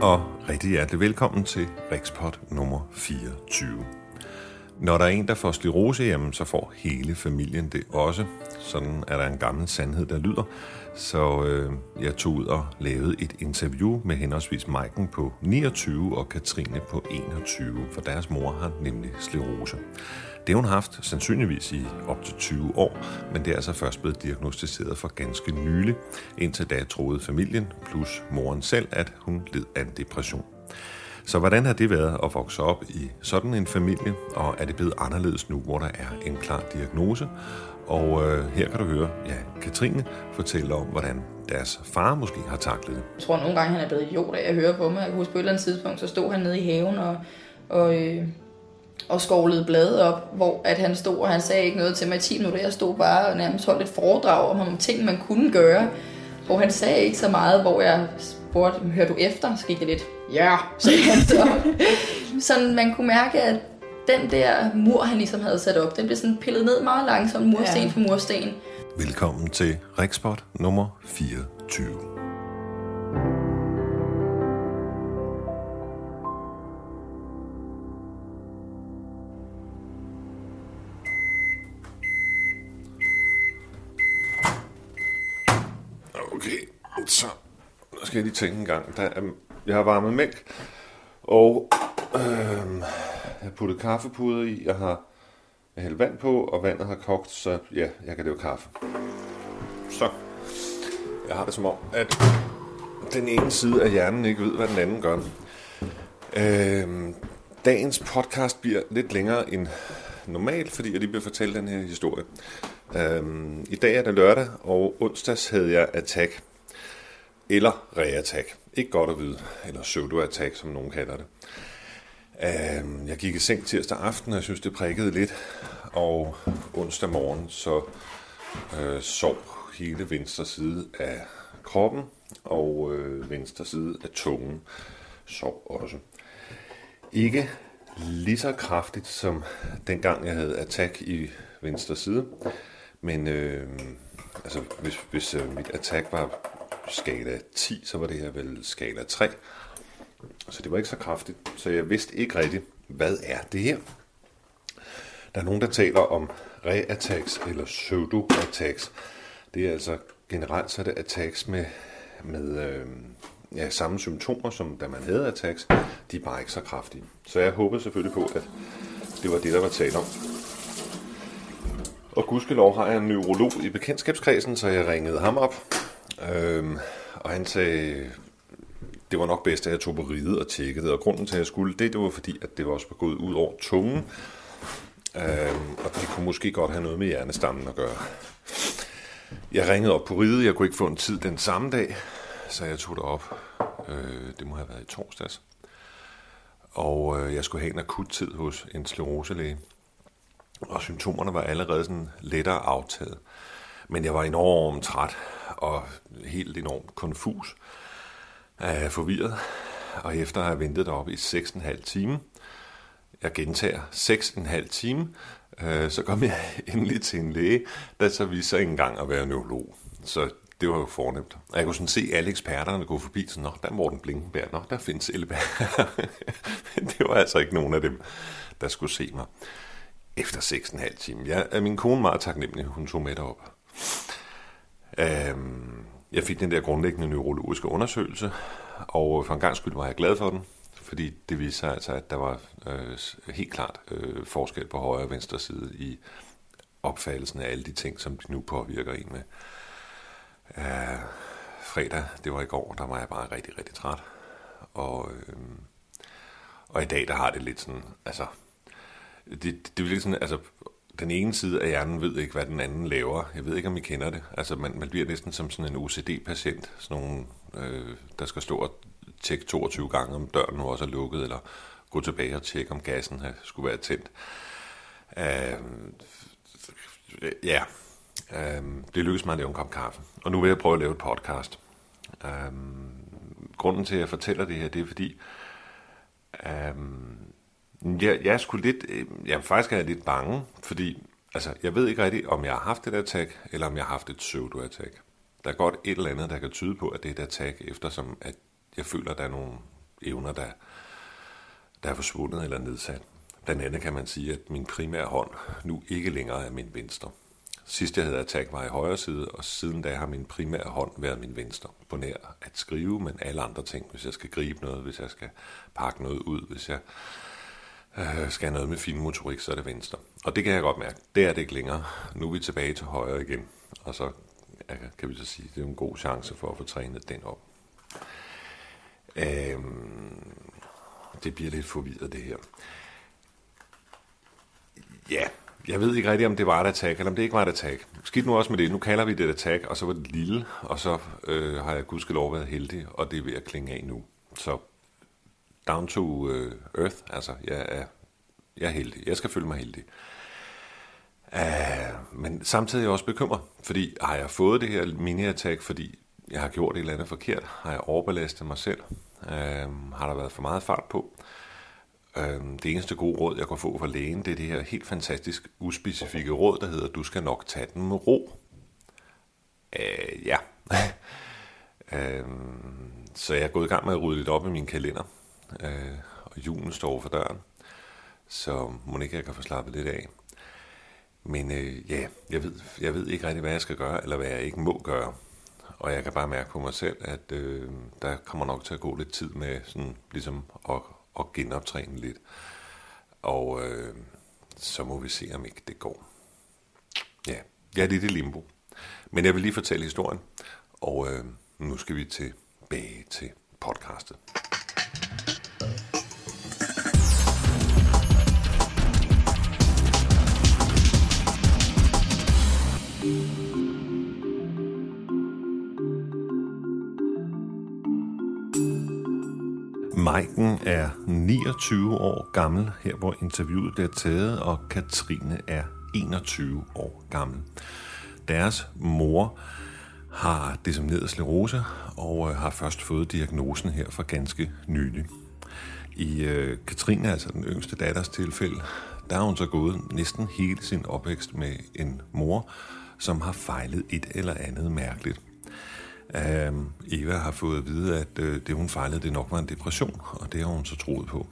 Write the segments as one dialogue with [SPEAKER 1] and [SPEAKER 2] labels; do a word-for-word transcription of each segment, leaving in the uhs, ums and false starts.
[SPEAKER 1] og rigtig hjertelig velkommen til Rikspot nummer fireogtyve. Når der er en, der får sklerose, jamen, så får hele familien det også. Sådan er der en gammel sandhed, der lyder. Så øh, jeg tog ud og lavede et interview med henholdsvis Maiken på niogtyve og Katrine på enogtyve, for deres mor har nemlig sklerose. Det har hun haft sandsynligvis i op til tyve år, men det er altså først blevet diagnosticeret for ganske nylig. Indtil da troede familien plus moren selv, at hun led af en depression. Så hvordan har det været at vokse op i sådan en familie, og er det blevet anderledes nu, hvor der er en klar diagnose? Og øh, her kan du høre, ja, Katrine fortæller om, hvordan deres far måske har taklet det.
[SPEAKER 2] Jeg tror nogle gange, han er blevet idiot af at høre på mig. Jeg kan huske på et eller andet tidspunkt, så stod han nede i haven og, og, øh, og skovlede blade op, hvor at han stod, og han sagde ikke noget til mig i ti minutter. Jeg stod bare og nærmest holdt et foredrag om, om ting, man kunne gøre. Hvor han sagde ikke så meget, hvor jeg spurgte, hører du efter? Så gik det lidt, ja, sagde han så. Sådan man kunne mærke, at den der mur, han ligesom havde sat op, den blev sådan pillet ned meget langsomt, mursten ja. for mursten.
[SPEAKER 1] Velkommen til Rikspot nummer fireogtyve. Okay, så skal jeg lige tænke en gang. Der er, jeg har varmet mælk, og øh, jeg har puttet kaffepuder i. Jeg har jeg hældt vand på, og vandet har kogt, så ja, jeg kan lave kaffe. Så jeg har det som om, at den ene side af hjernen ikke ved, hvad den anden gør. Øh, dagens podcast bliver lidt længere end normalt, fordi jeg lige vil fortælle den her historie. Øh, I dag er det lørdag, og onsdags havde jeg attack. Eller re-attack. Ikke godt at vide. Eller pseudo-attack, som nogen kalder det. Uh, jeg gik i seng tirsdag aften, og jeg synes, det prikkede lidt. Og onsdag morgen, så uh, sov hele venstre side af kroppen, og uh, venstre side af tungen sov også. Ikke lige så kraftigt, som dengang jeg havde attack i venstre side. Men uh, altså, hvis, hvis uh, mit attack var skala ti, så var det her vel skala tre. Så det var ikke så kraftigt, så jeg vidste ikke rigtigt, hvad er det her? Der er nogen, der taler om re-attacks eller pseudo-attacks. Det er altså generelt så er det attacks med, med øh, ja, samme symptomer, som da man havde attacks. De er bare ikke så kraftige. Så jeg håbede selvfølgelig på, at det var det, der var talt om. Og gudskelov har jeg en neurolog i bekendtskabskredsen, så jeg ringede ham op. Øhm, og han sagde, det var nok bedst, at jeg tog på riget og tjekkede det. Og grunden til, at jeg skulle det, det var fordi, at det var også gået ud over tungen. Øhm, og det kunne måske godt have noget med hjernestammen at gøre. Jeg ringede op på riget, jeg kunne ikke få en tid den samme dag, så jeg tog det op. Øh, det må have været i torsdags. Og øh, jeg skulle have en akut tid hos en skleroselæge. Og symptomerne var allerede sådan lettere aftaget. Men jeg var enormt træt og helt enormt konfus, øh, forvirret. Og efter at have ventet deroppe i seks og en halv time, jeg gentager seks og en halv time, øh, så kom jeg endelig til en læge, der så viste sig ikke engang at være neurolog. Så det var jo fornemt. Og jeg kunne sådan se alle eksperterne gå forbi, sådan, nå, der er Morten Blinkenberg, nå, der findes Elleberg. Det var altså ikke nogen af dem, der skulle se mig efter seks og en halv time. Jeg er min kone meget taknemmelig, hun tog med derop. Jeg fik den der grundlæggende neurologiske undersøgelse, og for en gang skyld var jeg glad for den, fordi det viste sig altså, at der var øh, helt klart øh, forskel på højre og venstre side i opfattelsen af alle de ting, som de nu påvirker en med. Øh, fredag, det var i går, der var jeg bare rigtig, rigtig træt. Og, øh, og i dag, der har det lidt sådan, altså, det, det, det er lidt sådan, altså, den ene side af hjernen ved ikke, hvad den anden laver. Jeg ved ikke, om I kender det. Altså, man, man bliver næsten som sådan en O C D-patient. Sådan nogle, øh, der skal stå og tjekke toogtyve gange, om døren nu også er lukket, eller gå tilbage og tjekke, om gassen skulle være tændt. Øh, ja, øh, det lykkedes mig at lave en kop kaffe. Og nu vil jeg prøve at lave et podcast. Øh, grunden til, at jeg fortæller det her, det er fordi, øh, Jeg, jeg er sgu lidt, jeg faktisk er jeg lidt bange, fordi altså, jeg ved ikke rigtigt, om jeg har haft et attack, eller om jeg har haft et pseudo-attack. Der er godt et eller andet, der kan tyde på, at det er et attack, eftersom at jeg føler, at der er nogle evner, der, der er forsvundet eller nedsat. Blandt andet kan man sige, at min primære hånd nu ikke længere er min venstre. Sidst jeg havde attack var i højre side, og siden da har min primære hånd været min venstre. På nær at skrive, men alle andre ting, hvis jeg skal gribe noget, hvis jeg skal pakke noget ud, hvis jeg øh, skal have noget med finmotorik, så er det venstre. Og det kan jeg godt mærke. Det er det ikke længere. Nu er vi tilbage til højre igen. Og så kan vi så sige, at det er en god chance for at få trænet den op. Øhm, det bliver lidt forvirret det her. Ja, jeg ved ikke rigtig, om det var et attack, eller om det ikke var et attack. Skidt nu også med det. Nu kalder vi det et attack, og så var det lille, og så øh, har jeg gudskelov været heldig, og det er ved at klinge af nu. Så down to øh, earth, altså jeg er, jeg er heldig. Jeg skal føle mig heldig. Uh, men samtidig er jeg også bekymret, fordi har jeg fået det her mini-attack, fordi jeg har gjort et eller andet forkert? Har jeg overbelastet mig selv? Uh, har der været for meget fart på? Uh, det eneste gode råd, jeg kan få fra lægen, det er det her helt fantastisk uspecifikke råd, der hedder, du skal nok tage den med ro. Uh, ja. uh, så jeg er gået i gang med at rydde lidt op i min kalender, uh, og julen står for døren, så må ikke jeg kan få slappet lidt af. Men øh, ja, jeg ved, jeg ved ikke rigtig, hvad jeg skal gøre, eller hvad jeg ikke må gøre. Og jeg kan bare mærke på mig selv, at øh, der kommer nok til at gå lidt tid med sådan, ligesom at, at genoptræne lidt. Og øh, så må vi se, om ikke det går. Ja, jeg er lidt i limbo. Men jeg vil lige fortælle historien, og øh, nu skal vi tilbage til podcastet. Maiken er niogtyve år gammel, her hvor interviewet bliver taget, og Katrine er enogtyve år gammel. Deres mor har dissemineret sklerose og har først fået diagnosen her for ganske nylig. I øh, Katrine, altså den yngste datters tilfælde, der har hun så gået næsten hele sin opvækst med en mor, som har fejlet et eller andet mærkeligt. Uh, Eva har fået at vide, at uh, det hun fejlede, det nok var en depression, og det har hun så troet på.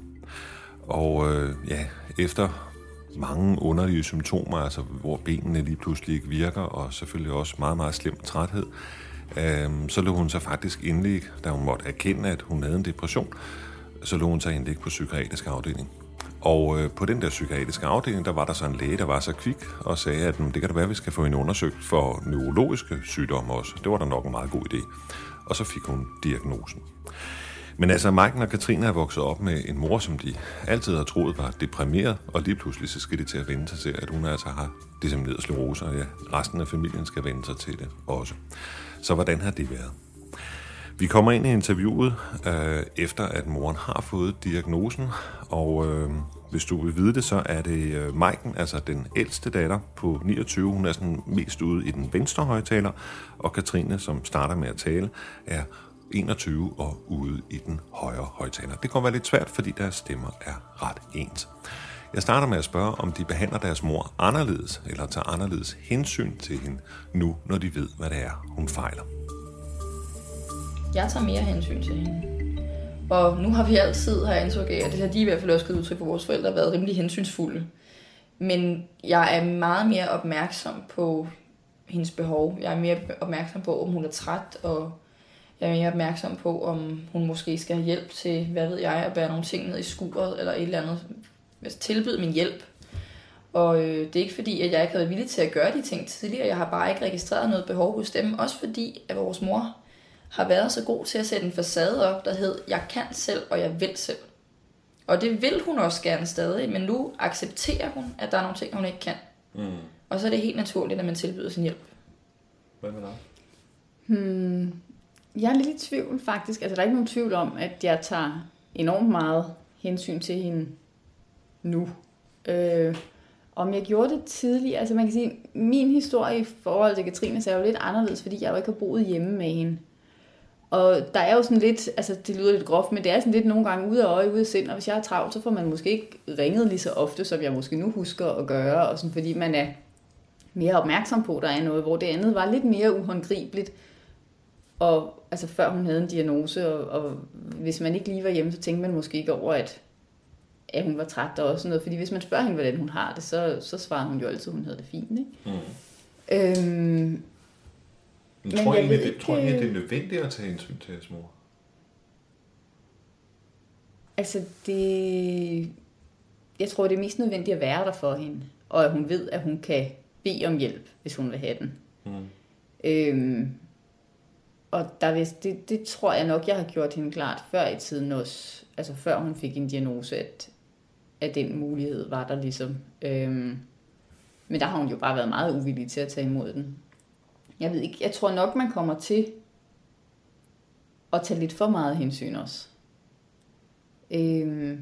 [SPEAKER 1] Og uh, ja, efter mange underlige symptomer, altså hvor benene lige pludselig ikke virker, og selvfølgelig også meget, meget slem træthed, uh, så lå hun sig faktisk indlægge, da hun måtte erkende, at hun havde en depression, så lå hun sig indlægge på psykiatrisk afdeling. Og øh, på den der psykiatriske afdeling, der var der så en læge, der var så kvik og sagde, at det kan da være, at vi skal få hende undersøgt for neurologiske sygdomme også. Det var da nok en meget god idé. Og så fik hun diagnosen. Men altså, Maiken og Katrine er vokset op med en mor, som de altid har troet var deprimeret, og lige pludselig så skal de til at vende sig til, at hun altså har dissemineret sklerose, og ja, resten af familien skal vende sig til det også. Så hvordan har det været? Vi kommer ind i interviewet, øh, efter at moren har fået diagnosen, og øh, hvis du vil vide det, så er det øh, Maiken, altså den ældste datter på niogtyve, hun er sådan mest ude i den venstre højtaler, og Katrine, som starter med at tale, er enogtyve og ude i den højre højtaler. Det kan være lidt svært, fordi deres stemmer er ret ens. Jeg starter med at spørge, om de behandler deres mor anderledes, eller tager anderledes hensyn til hende nu, når de ved, hvad det er, hun fejler.
[SPEAKER 2] Jeg tager mere hensyn til hende. Og nu har vi altid her indtryk af, og det har de i hvert fald også givet udtryk for, vores forældre, været rimelig hensynsfulde. Men jeg er meget mere opmærksom på hendes behov. Jeg er mere opmærksom på, om hun er træt, og jeg er mere opmærksom på, om hun måske skal have hjælp til, hvad ved jeg, at bære nogle ting ned i skuret, eller et eller andet. Jeg tilbyder min hjælp. Og øh, det er ikke fordi, at jeg ikke har været villig til at gøre de ting tidligere. Jeg har bare ikke registreret noget behov hos dem. Også fordi, at vores mor har været så god til at sætte en facade op, der hed, jeg kan selv, og jeg vil selv. Og det vil hun også gerne stadig, men nu accepterer hun, at der er nogle ting, hun ikke kan. Mm. Og så er det helt naturligt, at man tilbyder sin hjælp.
[SPEAKER 1] Hvad med dig?
[SPEAKER 3] Hmm, jeg er lidt i tvivl faktisk. Altså, der er ikke nogen tvivl om, at jeg tager enormt meget hensyn til hende nu. Øh, om jeg gjorde det tidligere, altså man kan sige, min historie i forhold til Katrine er jo lidt anderledes, fordi jeg jo ikke har boet hjemme med hende. Og der er jo sådan lidt, altså det lyder lidt groft, men det er sådan lidt nogle gange ude af øje, ude af sind, og hvis jeg er travlt, så får man måske ikke ringet lige så ofte, som jeg måske nu husker at gøre, og sådan, fordi man er mere opmærksom på, at der er noget, hvor det andet var lidt mere uhåndgribeligt. Og altså før hun havde en diagnose, og, og hvis man ikke lige var hjemme, så tænkte man måske ikke over, at, at hun var træt og også noget. Fordi hvis man spørger hende, hvordan hun har det, så, så svarer hun jo altid, at hun havde det fint. Ikke? Mm. Øhm,
[SPEAKER 1] men tror jeg egentlig, det, tror jeg, det er nødvendigt at tage hensyn til hendes mor?
[SPEAKER 3] Altså det... Jeg tror, det er mest nødvendigt at være der for hende. Og at hun ved, at hun kan bede om hjælp, hvis hun vil have den. Mm. Øhm, og der vil, det, det tror jeg nok, jeg har gjort hende klart før i tiden også. Altså før hun fik en diagnose, at, at den mulighed var der ligesom. Øhm, men der har hun jo bare været meget uvillig til at tage imod den. Jeg ved ikke, jeg tror nok, man kommer til at tage lidt for meget hensyn også. Øhm,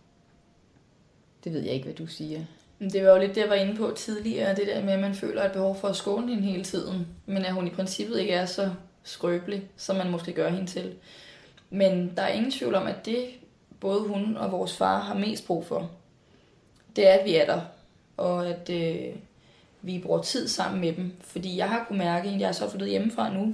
[SPEAKER 3] det ved jeg ikke, hvad du siger.
[SPEAKER 2] Det var jo lidt det, jeg var inde på tidligere, det der med, at man føler et behov for at skåne hende hele tiden, men at hun i princippet ikke er så skrøbelig, som man måske gør hende til. Men der er ingen tvivl om, at det både hun og vores far har mest brug for, det er, at vi er der, og at øh, vi bruger tid sammen med dem. Fordi jeg har kunnet mærke, at jeg er så flyttet hjemmefra nu,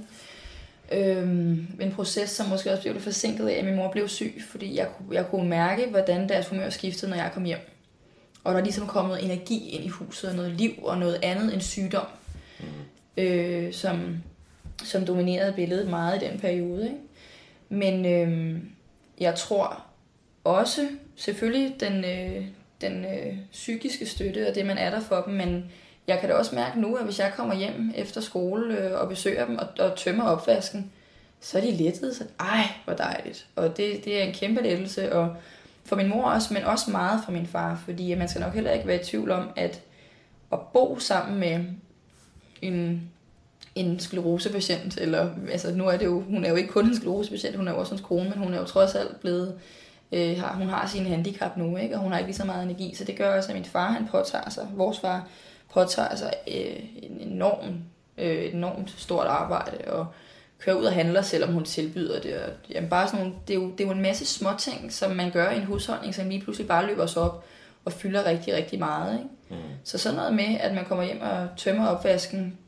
[SPEAKER 2] Øhm, en proces, som måske også blev lidt forsinket af, at min mor blev syg, fordi jeg, jeg kunne mærke, hvordan deres humør skiftede, når jeg kom hjem. Og der er ligesom kommet energi ind i huset, noget liv og noget andet end sygdom, mm. øh, som, som dominerede billedet meget i den periode. Ikke? Men øh, jeg tror også, selvfølgelig den, øh, den øh, psykiske støtte og det, man er der for dem, men jeg kan da også mærke nu, at hvis jeg kommer hjem efter skole øh, og besøger dem og, og tømmer opvasken, så er de lettede, så ej, hvor dejligt. Og det, det er en kæmpe lettelse, og for min mor også, men også meget for min far, fordi man skal nok heller ikke være i tvivl om, at at bo sammen med en, en sklerosepatient, eller altså nu er det jo, hun er jo ikke kun en sklerosepatient, hun er jo også hans kone, men hun er jo trods alt blevet, øh, har, hun har sine handicap nu, ikke? Og hun har ikke lige så meget energi, så det gør også, at min far, han påtager sig, vores far, påtager sig øh, en enorm, øh, et enormt stort arbejde, og kører ud og handler, selvom hun tilbyder det. Og, jamen bare sådan nogle, det, er jo, det er jo en masse småting, som man gør i en husholdning, som lige pludselig bare løber sig op og fylder rigtig, rigtig meget. Ikke? Mm. Så sådan noget med, at man kommer hjem og tømmer opvasken,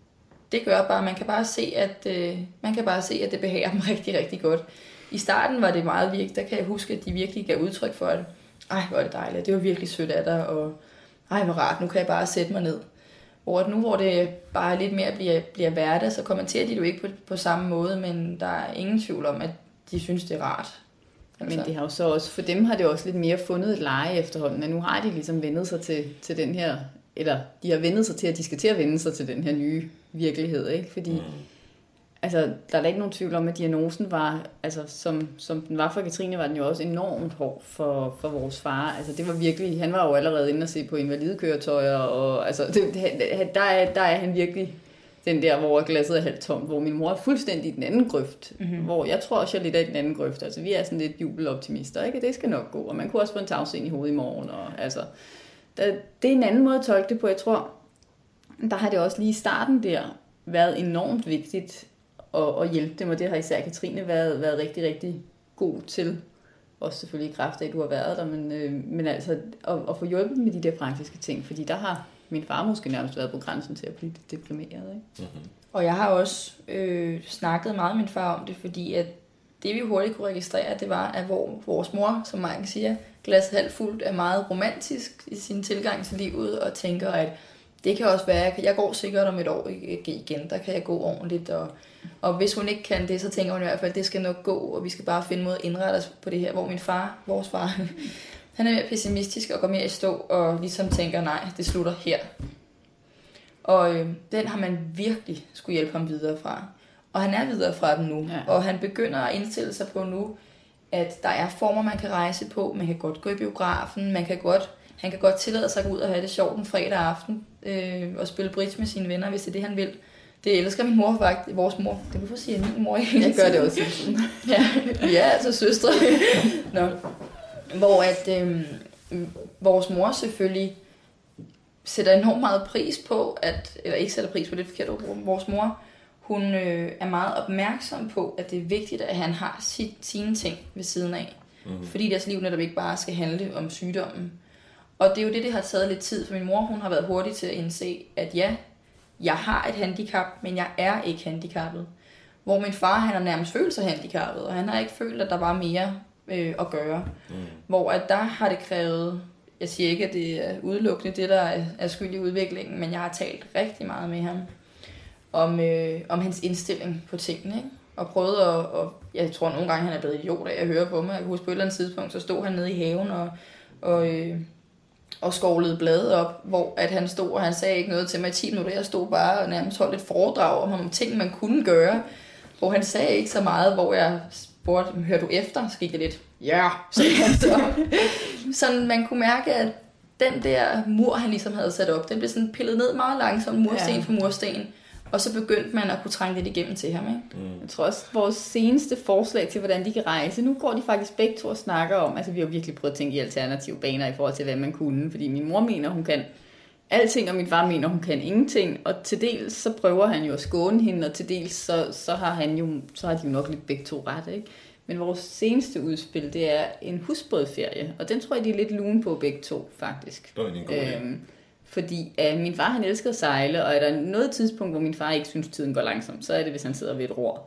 [SPEAKER 2] det gør bare, man kan bare se, at, øh, man kan bare se, at det behager dem rigtig, rigtig godt. I starten var det meget virkelig, der kan jeg huske, at de virkelig gav udtryk for det. Ej, hvor er det dejligt, det var virkelig sødt af dig, og ej, hvor rart, nu kan jeg bare sætte mig ned. Hvor nu, hvor det bare lidt mere bliver, bliver hverdag, så kommenterer de det jo ikke på, på samme måde, men der er ingen tvivl om, at de synes, det er rart.
[SPEAKER 3] Altså. Men det har jo så også, for dem har det også lidt mere fundet et leje efterhånden, at nu har de ligesom vendet sig til, til den her, eller de har vendet sig til, at de skal til at vende sig til den her nye virkelighed, ikke? Fordi, mm. altså, der er da ikke nogen tvivl om, at diagnosen var, altså, som, som den var for Katrine, var den jo også enormt hård for, for vores far. Altså, det var virkelig, han var jo allerede inde og se på invalidekøretøjer, og altså, det, der, er, der er han virkelig den der, hvor glasset er halvt tomt, hvor min mor er fuldstændig i den anden grøft, mm-hmm. hvor jeg tror også, jeg er lidt af den anden grøft. Altså, vi er sådan lidt jubeloptimister, ikke? Det skal nok gå, og man kunne også få en tagsind i hovedet i morgen, og altså, der, det er en anden måde at tolke det på. Jeg tror, der har det også lige i starten der været enormt vigtigt at, at hjælpe dem, og det har især Katrine været, været rigtig, rigtig god til. Også selvfølgelig i kraft af, at du har været der, men, øh, men altså at, at få hjulpet med de der praktiske ting, fordi der har min far måske nærmest været på grænsen til at blive deprimeret. Ikke?
[SPEAKER 2] Mm-hmm. Og jeg har også øh, snakket meget med min far om det, fordi at det vi hurtigt kunne registrere, det var, at hvor vores mor, som mange siger, glasset halvt fuldt, er meget romantisk i sin tilgang til livet, og tænker, at det kan også være, at jeg går sikkert om et år igen, der kan jeg gå ordentligt, og, og hvis hun ikke kan det, så tænker hun i hvert fald, at det skal nok gå, og vi skal bare finde måde at indrette os på det her, hvor min far, vores far, han er mere pessimistisk og går mere i stå, og ligesom tænker, nej, det slutter her. Og øh, den har man virkelig skulle hjælpe ham videre fra. Og han er videre fra den nu, ja. Og han begynder at indstille sig på nu, at der er former, man kan rejse på, man kan godt gå i biografen, man kan godt, han kan godt tillade sig at gå ud og have det sjovt en fredag aften, øh, og spille bridge med sine venner, hvis det er det, han vil. Det elsker min mor faktisk, vores mor. Det hvorfor siger min mor ikke?
[SPEAKER 3] Jeg gør det også.
[SPEAKER 2] Ja, vi er altså søstre. Nå. Hvor at øh, vores mor selvfølgelig sætter enormt meget pris på, at, eller ikke sætter pris på det forkerte ord, vores mor, hun øh, er meget opmærksom på, at det er vigtigt, at han har sit, sine ting ved siden af. Mm-hmm. Fordi deres liv netop ikke bare skal handle om sygdommen. Og det er jo det, det har taget lidt tid, for min mor, hun har været hurtig til at indse, at ja, jeg har et handicap, men jeg er ikke handicappet. Hvor min far, han har nærmest følt sig handicappet, og han har ikke følt, at der var mere øh, at gøre. Mm. Hvor at der har det krævet, jeg siger ikke, at det er udelukkende det, der er, er skyld i udviklingen, men jeg har talt rigtig meget med ham om, øh, om hans indstilling på tingene, ikke? Og prøvet at, og jeg tror nogle gange, han er blevet idiot af at høre på mig. Jeg kan huske på et eller andet tidspunkt, så stod han nede i haven og, og, øh, og skovlede blade op, hvor at han stod, og han sagde ikke noget til mig i ti minutter. Jeg stod bare og nærmest holdt et foredrag om, om ting, man kunne gøre, hvor han sagde ikke så meget, hvor jeg spurgte, hører du efter? Så gik det lidt, ja, så så. Sådan man kunne mærke, at den der mur, han ligesom havde sat op, den blev sådan pillet ned meget langsomt, mursten ja. for mursten. Og så begyndte man at kunne trænge lidt igennem til ham, ikke?
[SPEAKER 3] Mm. Jeg tror også, vores seneste forslag til, hvordan de kan rejse, nu går de faktisk begge to og snakker om, altså vi har virkelig prøvet at tænke i alternative baner i forhold til, hvad man kunne, fordi min mor mener, hun kan alting, og min far mener, hun kan ingenting, og til dels så prøver han jo at skåne hende, og til dels så, så har han jo, så har de jo nok lidt begge to ret, ikke? Men vores seneste udspil, det er en husbådferie, og den tror jeg, de er lidt lune på begge to, faktisk.
[SPEAKER 1] Det er en god idé.
[SPEAKER 3] Fordi uh, min far, han elsker at sejle, og er der noget tidspunkt, hvor min far ikke synes, tiden går langsomt, så er det, hvis han sidder ved et ror.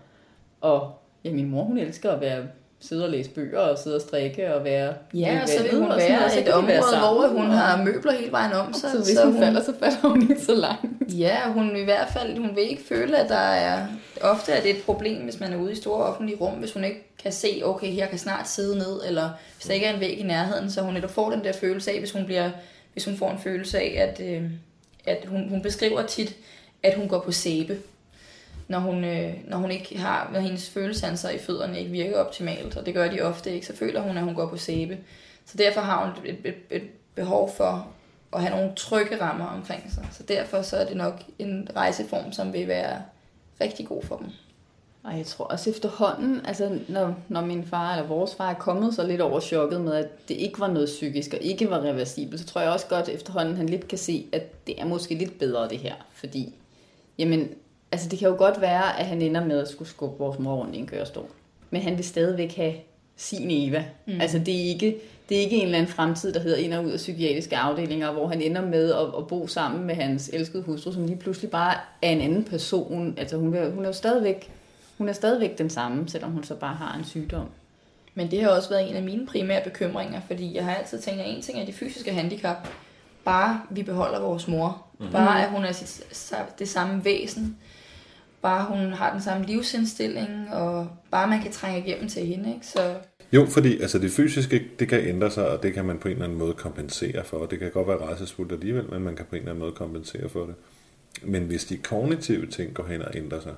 [SPEAKER 3] Og ja, min mor, hun elsker at være sidde og læse bøger, og sidde og strikke, og være...
[SPEAKER 2] Ja, og så vil hun være et område, hvor hun har møbler hele vejen om. Så,
[SPEAKER 3] så hvis så hun, hun falder, så falder hun ikke så langt.
[SPEAKER 2] Ja, hun i hvert fald, hun vil ikke føle, at der er... Ofte er det et problem, hvis man er ude i store offentlige rum, hvis hun ikke kan se, okay, her kan snart sidde ned, eller hvis der ikke er en væg i nærheden, så hun netop får den der følelse af, hvis hun bliver... Hvis hun får en følelse af, at, øh, at hun, hun beskriver tit, at hun går på sæbe, når hun, øh, når hun ikke har, når hendes følelsesanser i fødderne ikke virker optimalt, og det gør de ofte ikke, så føler hun, at hun går på sæbe. Så derfor har hun et, et, et behov for at have nogle trygge rammer omkring sig. Så derfor så er det nok en rejseform, som vil være rigtig god for dem.
[SPEAKER 3] Og jeg tror også efterhånden, altså når, når min far eller vores far er kommet så lidt over chokket med, at det ikke var noget psykisk og ikke var reversibelt, så tror jeg også godt efterhånden, han lidt kan se, at det er måske lidt bedre det her. Fordi, jamen, altså det kan jo godt være, at han ender med at skulle skubbe vores mor rundt i en kørestol. Men han vil stadigvæk have sin Eva. Mm. Altså det er ikke... Det er ikke en eller anden fremtid, der hedder ind og ud af psykiatriske afdelinger, hvor han ender med at, at bo sammen med hans elskede hustru, som lige pludselig bare er en anden person. Altså hun er, hun er jo stadigvæk... Hun er stadigvæk den samme, selvom hun så bare har en sygdom.
[SPEAKER 2] Men det har også været en af mine primære bekymringer, fordi jeg har altid tænkt, at en ting er de fysiske handicap. Bare vi beholder vores mor. Mm-hmm. Bare at hun er sit, det samme væsen. Bare hun har den samme livsindstilling, og bare man kan trænge igennem til hende. Ikke? Så...
[SPEAKER 1] Jo, fordi altså, det fysiske, det kan ændre sig, og det kan man på en eller anden måde kompensere for. Det kan godt være rædselsfuldt alligevel, men man kan på en eller anden måde kompensere for det. Men hvis de kognitive ting går hen og ændrer sig,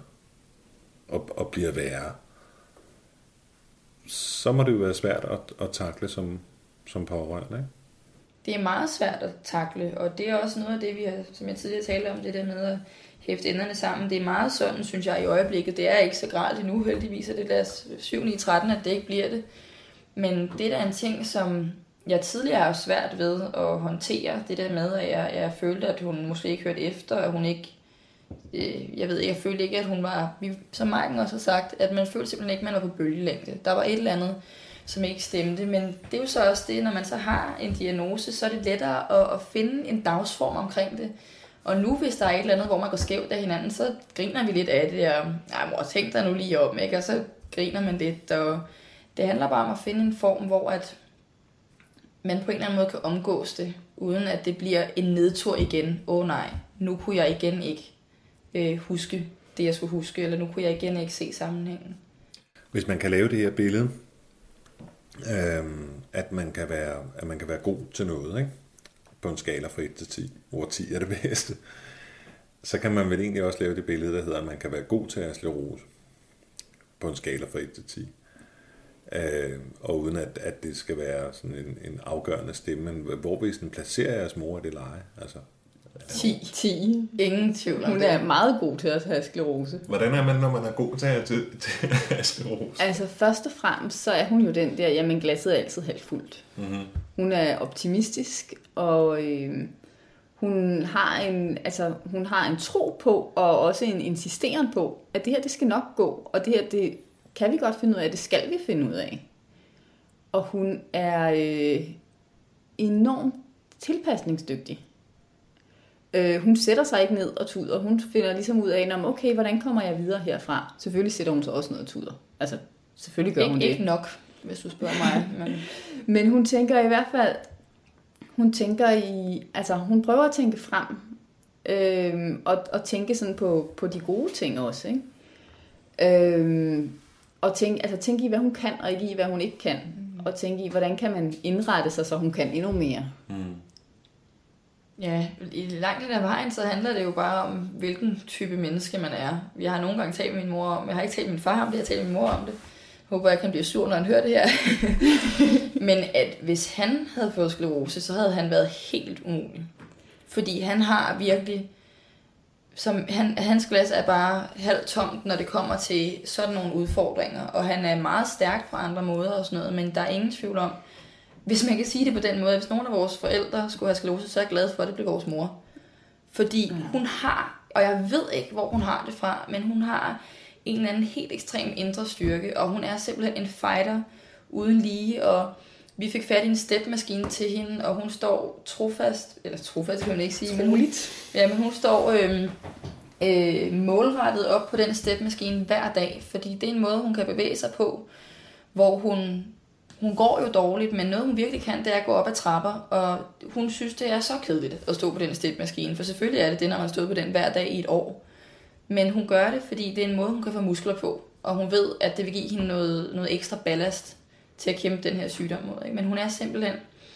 [SPEAKER 1] Og, og bliver værre, så må det jo være svært at, at takle som, som pårørende, ikke?
[SPEAKER 2] Det er meget svært at takle, og det er også noget af det, vi har, som jeg tidligere talte om, det der med at hæfte enderne sammen. Det er meget sådan, synes jeg, i øjeblikket. Det er ikke så gralt endnu, heldigvis, at det deres syv ni tretten, at det ikke bliver det. Men det der er en ting, som jeg tidligere har svært ved at håndtere, det der med, at jeg, jeg følte, at hun måske ikke hørte efter, at hun ikke jeg ved ikke, jeg følte ikke, at hun var, vi, som Maiken også har sagt, at man følte simpelthen ikke, at man var på bølgelængde. Der var et eller andet, som ikke stemte, men det er jo så også det, når man så har en diagnose, så er det lettere at, at finde en dagsform omkring det. Og nu, hvis der er et eller andet, hvor man går skævt af hinanden, så griner vi lidt af det, og nej mor, tænk dig nu lige om, ikke? Og så griner man lidt, og det handler bare om at finde en form, hvor at man på en eller anden måde kan omgås det, uden at det bliver en nedtur igen. Åh oh, nej, nu kunne jeg igen ikke øh, huske det, jeg skulle huske, eller nu kunne jeg igen ikke se sammenhængen.
[SPEAKER 1] Hvis man kan lave det her billede, øh, at, man kan være, at man kan være god til noget, ikke? På en skala fra et til ti, hvor ti er det bedste, så kan man vel egentlig også lave det billede, der hedder, at man kan være god til at slå rose på en skala fra et til ti. Øh, og uden at, at det skal være sådan en, en afgørende stemme. Men hvor vil den placere jeres mor i det leje? Altså,
[SPEAKER 2] ti. ti. Ingen tvivl om
[SPEAKER 3] Hun
[SPEAKER 2] det.
[SPEAKER 3] er meget god til at have sklerose.
[SPEAKER 1] Hvordan er man, når man er god til at, til, til at have sklerose?
[SPEAKER 3] Altså først og fremmest, så er hun jo den der, jamen glasset er altid halvt fuldt. Mm-hmm. Hun er optimistisk, og øh, hun, har en, altså, hun har en tro på, og også en insisteren på, at det her, det skal nok gå, og det her, det kan vi godt finde ud af, det skal vi finde ud af. Og hun er øh, enormt tilpasningsdygtig. Øh, hun sætter sig ikke ned og tuder. Hun finder ligesom ud af, okay, hvordan kommer jeg videre herfra? Selvfølgelig sætter hun sig også ned og tuder. Altså, selvfølgelig gør
[SPEAKER 2] ikke,
[SPEAKER 3] hun det.
[SPEAKER 2] Ikke nok, hvis du spørger mig. Men...
[SPEAKER 3] men hun tænker i hvert fald, hun tænker i, altså hun prøver at tænke frem, øh, og, og tænke sådan på, på de gode ting også, ikke? Øh, og tænke, altså tænke i, hvad hun kan, og ikke i, hvad hun ikke kan. Mm. Og tænke i, hvordan kan man indrette sig, så hun kan endnu mere. Mm.
[SPEAKER 2] Ja, i langt den af vejen, så handler det jo bare om, hvilken type menneske man er. Jeg har nogle gange talt med min mor om, jeg har ikke talt med min far om det, jeg har talt med min mor om det. Jeg håber, jeg kan blive sur, når han hører det her. Men at hvis han havde fået sklerose, så havde han været helt umulig. Fordi han har virkelig, som, han, hans glas er bare halvt tomt, når det kommer til sådan nogle udfordringer. Og han er meget stærk på andre måder og sådan noget, men der er ingen tvivl om, hvis man kan sige det på den måde, hvis nogen af vores forældre skulle have sklerose, så er jeg glad for, at det blev vores mor. Fordi mm. hun har, og jeg ved ikke, hvor hun har det fra, men hun har en eller anden helt ekstrem indre styrke, og hun er simpelthen en fighter uden lige, og vi fik fat i en stepmaskine til hende, og hun står trofast, eller trofast kan man ikke sige, men hun, ja, men hun står øh, øh, målrettet op på den stepmaskine hver dag, fordi det er en måde, hun kan bevæge sig på, hvor hun... Hun går jo dårligt, men noget hun virkelig kan, det er at gå op ad trapper, og hun synes, det er så kedeligt at stå på den stepmaskine, for selvfølgelig er det det, når man stod på den hver dag i et år. Men hun gør det, fordi det er en måde, hun kan få muskler på, og hun ved, at det vil give hende noget, noget ekstra ballast til at kæmpe den her sygdom mod. Ikke? Men hun er simpelthen,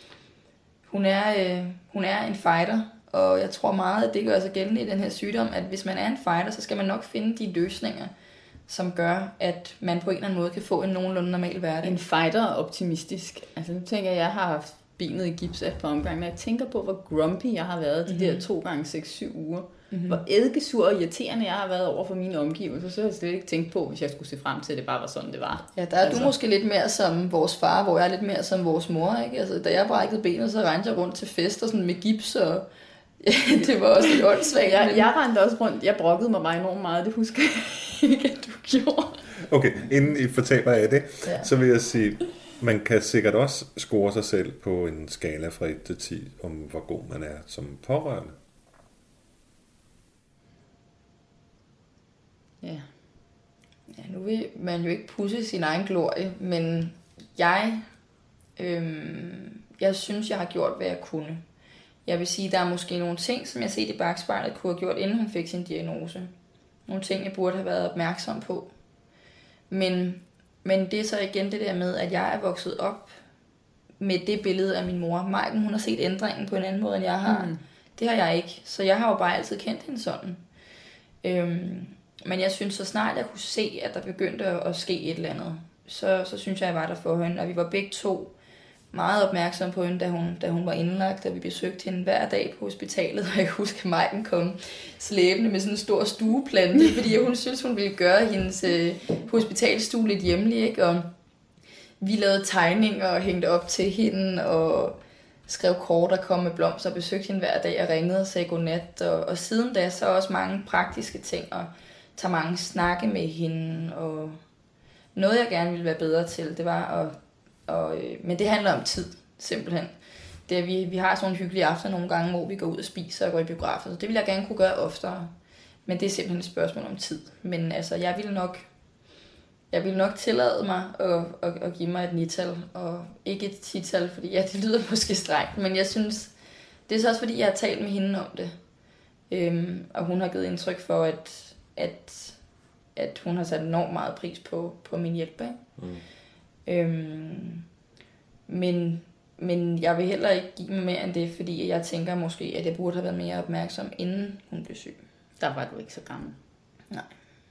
[SPEAKER 2] hun er, øh, hun er en fighter, og jeg tror meget, at det gør sig gældende i den her sygdom, at hvis man er en fighter, så skal man nok finde de løsninger, som gør, at man på en eller anden måde kan få en nogenlunde normal hverdag.
[SPEAKER 3] En fighter er optimistisk. Altså nu tænker jeg, at jeg har haft benet i gips et par omgange, når jeg tænker på, hvor grumpy jeg har været de mm-hmm. der to gange seks syv uger. Mm-hmm. Hvor eddikesur og irriterende jeg har været over for mine omgivelser, så har jeg slet ikke tænkt på, hvis jeg skulle se frem til, at det bare var sådan, det var.
[SPEAKER 2] Ja, der er altså. Du måske lidt mere som vores far, hvor jeg er lidt mere som vores mor, ikke? Altså, da jeg brækkede benet, så rendte jeg rundt til fester sådan med gips, og ja, det var også lidt åndssvagt.
[SPEAKER 3] Jeg, men... jeg rendte også rundt, jeg brokkede mig bare enormt meget, det husker jeg ikke, at du gjorde.
[SPEAKER 4] Okay, inden I fortæller af det,
[SPEAKER 2] ja.
[SPEAKER 4] så vil jeg sige, man kan sikkert også score sig selv på en skala fra et til ti, om hvor god man er som pårørende.
[SPEAKER 3] Ja.
[SPEAKER 2] Ja, nu vil man jo ikke pusse sin egen glorie, men jeg, øhm, jeg synes, jeg har gjort, hvad jeg kunne. Jeg vil sige, der er måske nogle ting, som jeg set i bagspejlet, kunne have gjort, inden hun fik sin diagnose. Nogle ting, jeg burde have været opmærksom på. Men, men det er så igen det der med, at jeg er vokset op med det billede af min mor. Majken, hun har set ændringen på en anden måde, end jeg har. Mm. Det har jeg ikke. Så jeg har jo bare altid kendt hende sådan. Øhm, men jeg synes, så snart jeg kunne se, at der begyndte at ske et eller andet, så, så synes jeg, jeg var der for hende. Og vi var begge to meget opmærksom på hende, da hun, da hun var indlagt, da vi besøgte hende hver dag på hospitalet. Og jeg husker, at Majken kom slæbende med sådan en stor stueplante, fordi hun synes, hun ville gøre hendes øh, hospitalstue lidt hjemlig, ikke? Og vi lavede tegninger og hængte op til hende, og skrev kort og kom med blomster og besøgte hende hver dag og ringede og sagde godnat. Og, og siden da så også mange praktiske ting, og tage mange snakke med hende, og noget jeg gerne ville være bedre til, det var at Og, øh, men det handler om tid, simpelthen. Det er, vi, vi har sådan nogle hyggelige aftener nogle gange, hvor vi går ud og spiser og går i biografen. Så det vil jeg gerne kunne gøre oftere. Men det er simpelthen et spørgsmål om tid. Men altså, jeg ville nok, jeg ville nok tillade mig at, at, at give mig et nital, og ikke et tital, fordi ja, det lyder måske strengt. Men jeg synes, det er så også fordi, jeg har talt med hende om det. Øhm, og hun har givet indtryk for, at, at, at hun har sat enormt meget pris på, på min hjælp. Ikke? Mm. Øhm, men, men jeg vil heller ikke give mig mere end det, fordi jeg tænker måske, at jeg burde have været mere opmærksom, inden hun blev syg.
[SPEAKER 3] Der var du ikke så gammel.
[SPEAKER 2] Nej.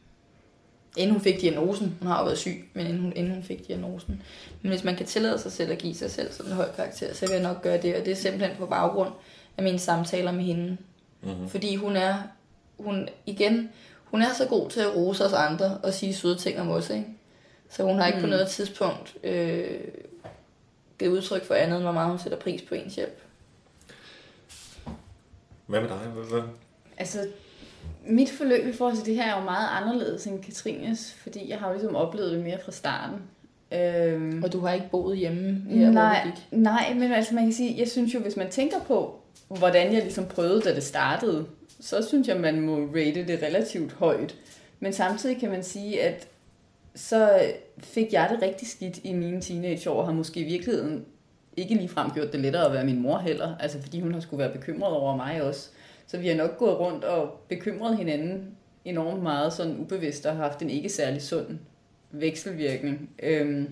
[SPEAKER 2] Inden hun fik diagnosen. Hun har jo været syg, men inden hun, inden hun fik diagnosen. Men hvis man kan tillade sig selv at give sig selv sådan en høj karakter, så vil jeg nok gøre det. Og det er simpelthen på baggrund af mine samtaler med hende. Mm-hmm. Fordi hun er, hun igen, hun er så god til at rose os andre og sige søde ting om os, ikke? Så hun har ikke mm. på noget tidspunkt øh, givet udtryk for andet, end hvor meget hun sætter pris på ens hjælp.
[SPEAKER 4] Hvad med dig? Hvad?
[SPEAKER 3] Altså, mit forløb i forhold til det her er jo meget anderledes end Katrines, fordi jeg har jo ligesom oplevet det mere fra starten.
[SPEAKER 2] Øhm, og du har ikke boet hjemme her,
[SPEAKER 3] nej,
[SPEAKER 2] hvor du gik?
[SPEAKER 3] Nej, men altså man kan sige, jeg synes jo, hvis man tænker på, hvordan jeg ligesom prøvede, da det startede, så synes jeg, man må rate det relativt højt. Men samtidig kan man sige, at så fik jeg det rigtig skidt i mine teenageår, og har måske i virkeligheden ikke ligefrem gjort det lettere at være min mor heller, altså fordi hun har skulle være bekymret over mig også. Så vi har nok gået rundt og bekymret hinanden enormt meget, sådan ubevidst, og har haft en ikke særlig sund vekselvirkning. Øhm,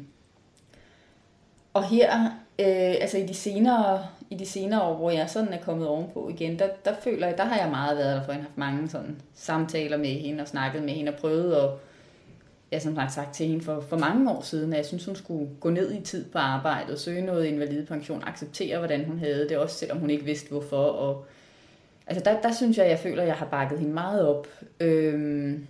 [SPEAKER 3] og her, øh, altså i de senere, i de senere år, hvor jeg sådan er kommet ovenpå igen, der, der føler jeg, der har jeg meget været der, for jeg har haft mange sådan samtaler med hende, og snakket med hende, og prøvet at, jeg som sagt sagt til hende for, for mange år siden, at jeg synes, hun skulle gå ned i tid på arbejdet, søge noget invalidepension, acceptere, hvordan hun havde det, også selvom hun ikke vidste hvorfor, og altså der, der synes jeg, jeg føler, at jeg har bakket hende meget op, øhm,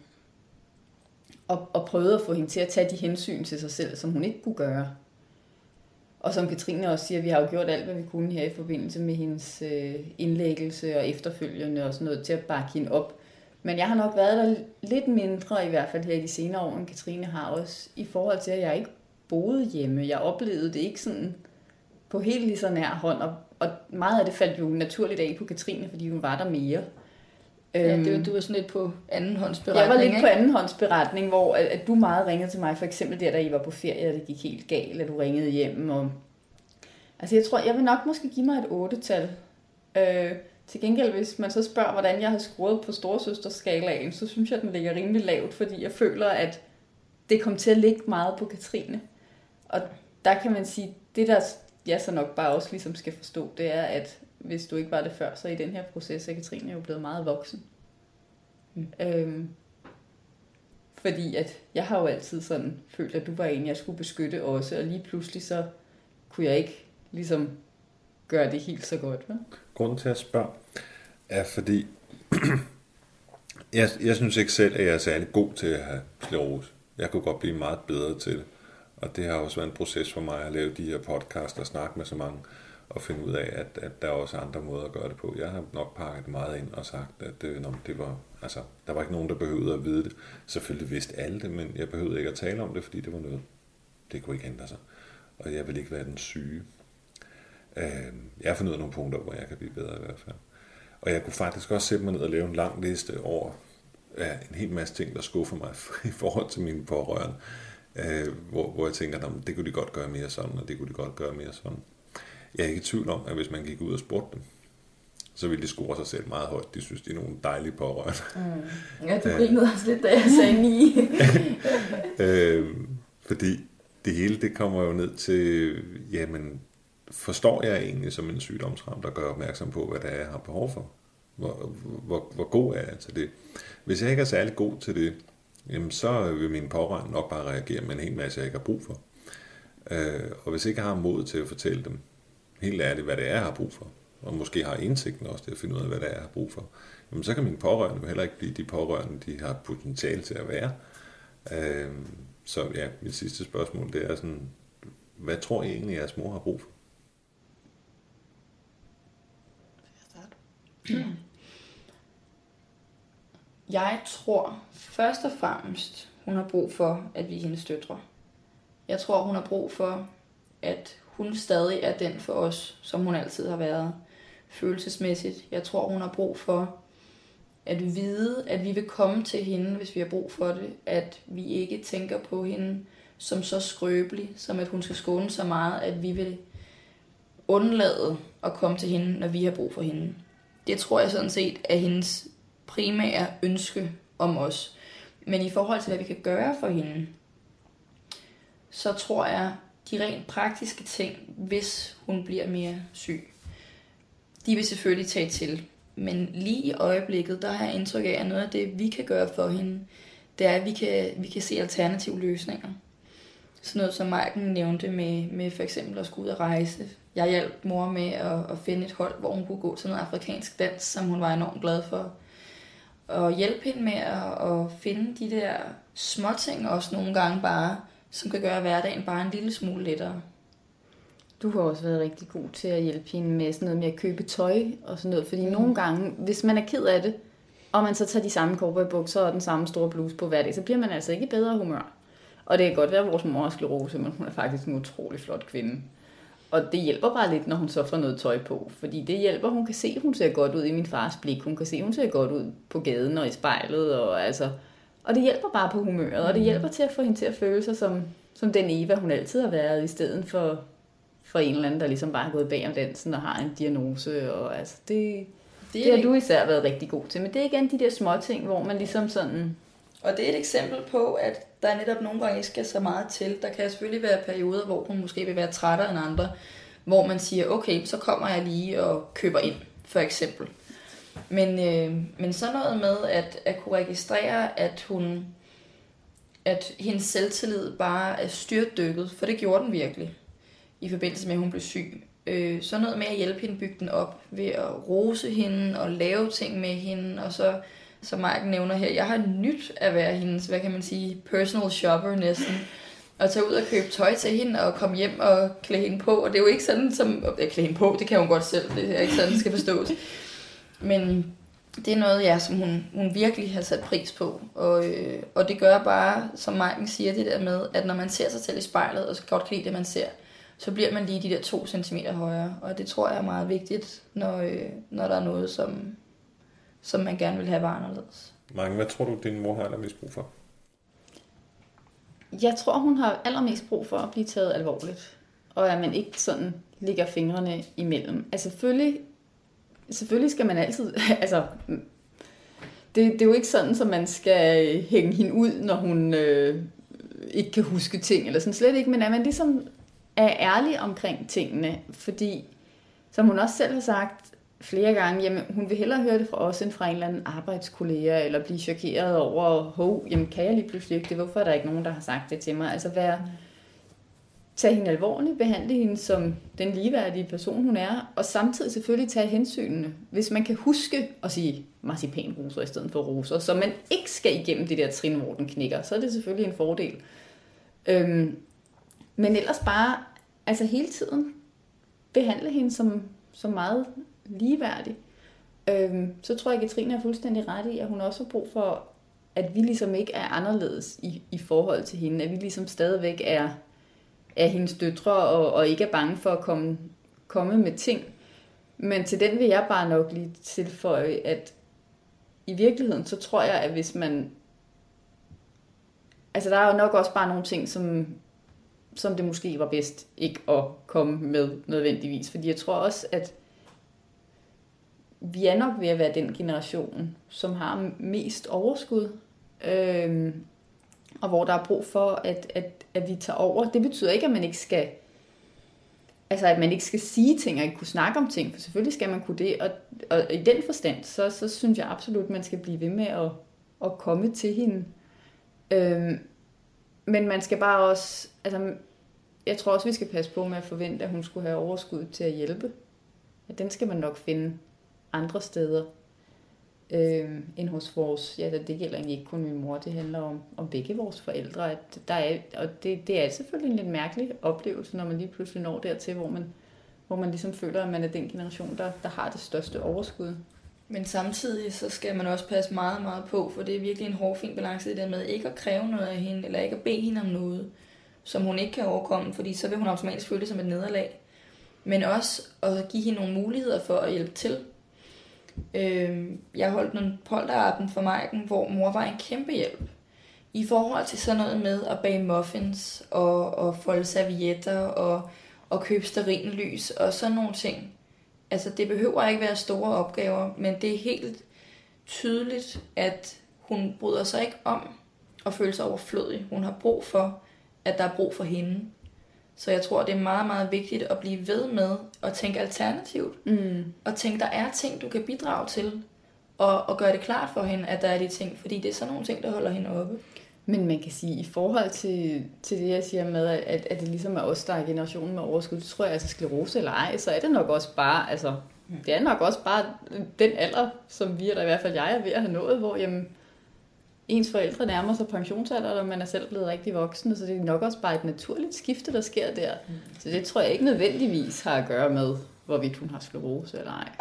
[SPEAKER 3] og, og prøvet at få hende til at tage de hensyn til sig selv, som hun ikke kunne gøre. Og som Katrine også siger, vi har jo gjort alt, hvad vi kunne her i forbindelse med hendes øh, indlæggelse og efterfølgende og sådan noget til at bakke hende op. Men jeg har nok været der lidt mindre, i hvert fald her i de senere år, end Katrine har også, i forhold til, at jeg ikke boede hjemme. Jeg oplevede det ikke sådan på helt lige så nær hånd, og, og meget af det faldt jo naturligt af på Katrine, fordi hun var der mere.
[SPEAKER 2] Ja, det var, du var sådan lidt på andenhåndsberetning,
[SPEAKER 3] Jeg var lidt
[SPEAKER 2] ikke?
[SPEAKER 3] på andenhåndsberetning, hvor at, at du meget ringede til mig, for eksempel der, da I var på ferie, og det gik helt galt, at du ringede hjem. Og... Altså jeg tror, jeg vil nok måske give mig et otte-tal. Øh, til gengæld, hvis man så spørger, hvordan jeg har skruet på storesøsterskalaen, så synes jeg, at den ligger rimelig lavt, fordi jeg føler, at det kom til at ligge meget på Katrine. Og der kan man sige, det der jeg så nok bare også ligesom skal forstå, det er, at hvis du ikke var det før, så i den her proces er Katrine jo blevet meget voksen. Mm. Øhm, fordi at jeg har jo altid sådan følt, at du var en, jeg skulle beskytte også, og lige pludselig så kunne jeg ikke ligesom gøre det helt så godt. Hva?
[SPEAKER 4] Grunden til at spørge er fordi, jeg, jeg synes ikke selv, at jeg er særlig god til at have sklerose. Jeg kunne godt blive meget bedre til det. Og det har også været en proces for mig at lave de her podcasts og snakke med så mange, og finde ud af, at, at der er også andre måder at gøre det på. Jeg har nok pakket det meget ind og sagt, at det, når det var, altså, der var ikke nogen, der behøvede at vide det. Selvfølgelig vidste alle det, men jeg behøvede ikke at tale om det, fordi det var noget, det kunne ikke ændre sig. Og jeg vil ikke være den syge. Jeg har fundet ud af nogle punkter, hvor jeg kan blive bedre i hvert fald. Og jeg kunne faktisk også sætte mig ned og lave en lang liste over ja, en hel masse ting, der skuffer mig i forhold til mine pårørende. Hvor, hvor jeg tænker, det kunne de godt gøre mere sådan, og det kunne de godt gøre mere sådan. Jeg er ikke i tvivl om, at hvis man gik ud og spurgte dem, så ville de score sig selv meget højt. De synes, de er nogle dejlige pårørende.
[SPEAKER 2] Mm. Ja, du grinede også lidt, da jeg sagde ni.
[SPEAKER 4] øh, fordi det hele, det kommer jo ned til, jamen, forstår jeg egentlig som en sygdomsramt, der gør opmærksom på, hvad det er, jeg har behov for? Hvor, hvor, hvor god er jeg til det? Hvis jeg ikke er særlig god til det, jamen så vil mine pårørende nok bare reagere med en hel masse, jeg ikke har brug for. Øh, og hvis jeg ikke har mod til at fortælle dem helt ærligt, hvad det er, jeg har brug for, og måske har indsigten også til at finde ud af, hvad det er, jeg har brug for, jamen så kan mine pårørende jo heller ikke blive de pårørende, de har potentiale til at være. Øh, så ja, mit sidste spørgsmål, det er sådan, hvad tror I egentlig, jeres mor har brug for?
[SPEAKER 2] Hmm. Jeg tror først og fremmest, hun har brug for, at vi er hendes døtre. Jeg tror, hun har brug for, at hun stadig er den for os, som hun altid har været følelsesmæssigt. Jeg tror, hun har brug for at vide, at vi vil komme til hende, hvis vi har brug for det. At vi ikke tænker på hende som så skrøbelig, som at hun skal skåne så meget, at vi vil undlade at komme til hende, når vi har brug for hende. Det tror jeg sådan set er hendes primære ønske om os. Men i forhold til, hvad vi kan gøre for hende, så tror jeg, de rent praktiske ting, hvis hun bliver mere syg, de vil selvfølgelig tage til. Men lige i øjeblikket, der har jeg indtryk af, at noget af det, vi kan gøre for hende, det er, at vi kan, vi kan se alternative løsninger. Sådan noget, som Maiken nævnte med, med for eksempel at skulle ud og rejse. Jeg hjalp mor med at, at finde et hold, hvor hun kunne gå til noget afrikansk dans, som hun var enormt glad for. Og hjælpe hende med at, at finde de der småting også nogle gange bare, som kan gøre hverdagen bare en lille smule lettere.
[SPEAKER 3] Du har også været rigtig god til at hjælpe hende med sådan noget med at købe tøj og sådan noget. Fordi mm. nogle gange, hvis man er ked af det, og man så tager de samme cowboybukser og den samme store bluse på hver dag, så bliver man altså ikke i bedre humør. Og det kan godt være, at vores mor har sklerose, men hun er faktisk en utrolig flot kvinde. og det hjælper bare lidt, når hun så får noget tøj på. Fordi det hjælper, hun kan se, at hun ser godt ud i min fars blik. Hun kan se, at hun ser godt ud på gaden og i spejlet. Og, altså, og det hjælper bare på humøret, og det hjælper til at få hende til at føle sig som, som den Eva, hun altid har været, i stedet for, for en eller anden, der ligesom bare er gået bag om dansen og har en diagnose. Og, altså, det, det, det har du især været rigtig god til. Men det er igen de der små ting, hvor man ligesom sådan...
[SPEAKER 2] Og det er et eksempel på, at der netop nogle gange ikke skal så meget til. Der kan selvfølgelig være perioder, hvor hun måske vil være trættere end andre, hvor man siger, okay, så kommer jeg lige og køber ind, for eksempel. Men, øh, men så noget med at, at kunne registrere, at hun, at hendes selvtillid bare er styrtdykket, for det gjorde den virkelig, i forbindelse med, at hun blev syg. Øh, så noget med at hjælpe hende bygge den op, ved at rose hende og lave ting med hende, og så... Som Maiken nævner her, jeg har nyt at være hendes, hvad kan man sige, personal shopper næsten. Og tage ud og købe tøj til hende og komme hjem og klæde hende på. Og det er jo ikke sådan, som... Jeg klæde hende på, det kan hun godt selv. Det er ikke sådan, det skal forstås. Men det er noget, ja, som hun, hun virkelig har sat pris på. Og, øh, og det gør bare, som Maiken siger, det der med, at når man ser sig selv i spejlet, og så godt kan lide det, man ser, så bliver man lige de der to centimeter højere. Og det tror jeg er meget vigtigt, når, øh, når der er noget, som... som man gerne vil have var anderledes.
[SPEAKER 4] Mange, hvad tror du, din mor har allermest brug for?
[SPEAKER 3] Jeg tror, hun har allermest brug for at blive taget alvorligt. Og at man ikke sådan ligger fingrene imellem. Altså selvfølgelig, selvfølgelig skal man altid... altså, det, det er jo ikke sådan, at man skal hænge hende ud, når hun øh, ikke kan huske ting. Eller sådan slet ikke, men at man ligesom er ærlig omkring tingene. Fordi, som hun også selv har sagt, flere gange, jamen hun vil hellere høre det fra os, end fra en eller anden arbejdskollega, eller blive chokeret over, hov, jamen kan jeg lige pludselig ikke det? Hvorfor er der ikke nogen, der har sagt det til mig? Altså være, tage hende alvorligt, behandle hende som den ligeværdige person, hun er, og samtidig selvfølgelig tage hensynene. Hvis man kan huske at sige marcipanroser i stedet for roser, så man ikke skal igennem det der trin, hvor den knækker, så er det selvfølgelig en fordel. Øhm, men ellers bare, altså hele tiden, behandle hende som, som meget ligeværdig. Øhm, så tror jeg, at Katrine er fuldstændig ret i, at hun også har brug for, at vi ligesom ikke er anderledes i, i forhold til hende, at vi ligesom stadigvæk er, er hendes døtre, og, og ikke er bange for at komme, komme med ting. Men til den vil jeg bare nok lige tilføje, at i virkeligheden, så tror jeg, at hvis man... Altså, der er jo nok også bare nogle ting, som, som det måske var bedst ikke at komme med nødvendigvis. Fordi jeg tror også, at vi er nok ved at være den generation, som har mest overskud, øhm, og hvor der er brug for, at, at, at vi tager over. Det betyder ikke, at man ikke skal, altså at man ikke skal sige ting, og ikke kunne snakke om ting, for selvfølgelig skal man kunne det, og, og i den forstand, så, så synes jeg absolut, at man skal blive ved med at, at komme til hende. Øhm, men man skal bare også, altså jeg tror også, vi skal passe på med at forvente, at hun skulle have overskud til at hjælpe. Ja, den skal man nok finde andre steder øh, end hos vores, ja, det gælder egentlig ikke kun min mor, det handler om, om begge vores forældre, at der er, og det, det er selvfølgelig en lidt mærkelig oplevelse, når man lige pludselig når dertil, hvor man, hvor man ligesom føler, at man er den generation, der, der har det største overskud.
[SPEAKER 2] Men samtidig så skal man også passe meget, meget på, for det er virkelig en hårfin balance det der med ikke at kræve noget af hende, eller ikke at bede hende om noget, som hun ikke kan overkomme, fordi så vil hun automatisk føle det som et nederlag. Men også at give hende nogle muligheder for at hjælpe til. Jeg holdt nogle polterappen for Maiken, hvor mor var en kæmpe hjælp. I forhold til sådan noget med at bage muffins, og, og folde servietter, og, og købe stearinlys, og sådan nogle ting. Altså det behøver ikke være store opgaver, men det er helt tydeligt, at hun bryder sig ikke om at føle sig overflødig. Hun har brug for, at der er brug for hende. Så jeg tror, det er meget, meget vigtigt at blive ved med at tænke alternativt. Mm. Og tænke, der er ting, du kan bidrage til. Og, og gøre det klart for hende, at der er de ting. Fordi det er sådan nogle ting, der holder hende oppe.
[SPEAKER 3] Men man kan sige, i forhold til, til det, jeg siger med, at, at det ligesom er os, der er generationen med overskud, så tror jeg, altså sklerose eller ej, så er det nok også bare, altså, det er nok også bare den alder, som vi, eller i hvert fald jeg, er ved at have nået, hvor jamen, ens forældre nærmer sig pensionsalder, og man er selv blevet rigtig voksen, så det er nok også bare et naturligt skifte, der sker der. Mm. Så det tror jeg ikke nødvendigvis har at gøre med, hvorvidt hun har sklerose eller ej.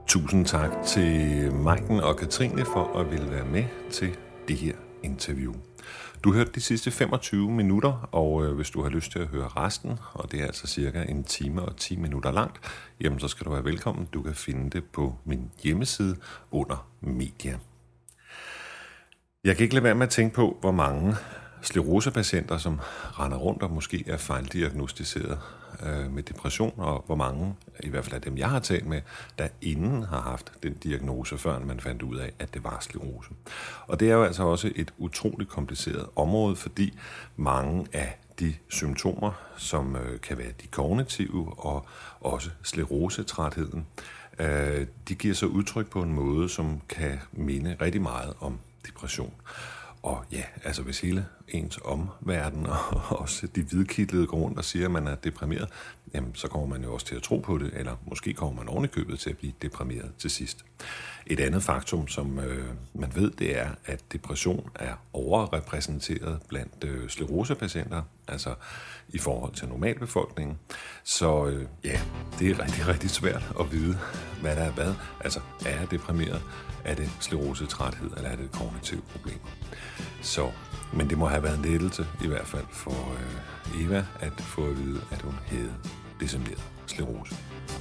[SPEAKER 1] Tusind tak til Maiken og Katrine for at ville være med til det her interview. Du hørte de sidste femogtyve minutter, og øh, hvis du har lyst til at høre resten, og det er altså cirka en time og ti minutter langt, jamen så skal du være velkommen. Du kan finde det på min hjemmeside under media. Jeg kan ikke lade være med at tænke på, hvor mange sklerosepatienter, som render rundt og måske er fejldiagnostiseret øh, med depression, og hvor mange, i hvert fald af dem jeg har talt med, der inden har haft den diagnose, før man fandt ud af, at det var sklerose. Og det er jo altså også et utroligt kompliceret område, fordi mange af de symptomer, som øh, kan være de kognitive og også sklerosetrætheden, øh, de giver sig udtryk på en måde, som kan minde rigtig meget om depression. Og ja, altså hvis hele ens omverden og også de hvidkittlede går rundt og siger, at man er deprimeret, jamen så kommer man jo også til at tro på det, eller måske kommer man oven i købet til at blive deprimeret til sidst. Et andet faktum, som øh, man ved, det er, at depression er overrepræsenteret blandt øh, sklerosepatienter, altså i forhold til normalbefolkningen. Så øh, ja, det er rigtig, rigtig svært at vide, hvad der er hvad. Altså, er jeg deprimeret? Er det sklerosetræthed, eller er det kognitive problemer? Så, men det må have været en lettelse, i hvert fald for øh, Eva, at få at vide, at hun havde decimeret sklerose.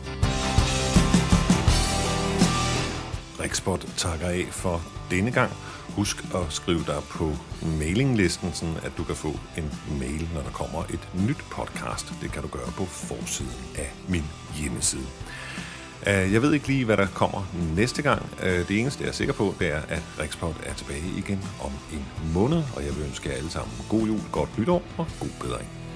[SPEAKER 1] Rikspot takker af for denne gang. Husk at skrive dig på mailinglisten, sådan at du kan få en mail, når der kommer et nyt podcast. Det kan du gøre på forsiden af min hjemmeside. Jeg ved ikke lige, hvad der kommer næste gang. Det eneste, jeg er sikker på, det er, at Rikspot er tilbage igen om en måned, og jeg vil ønske jer alle sammen god jul, godt nytår og god bedring.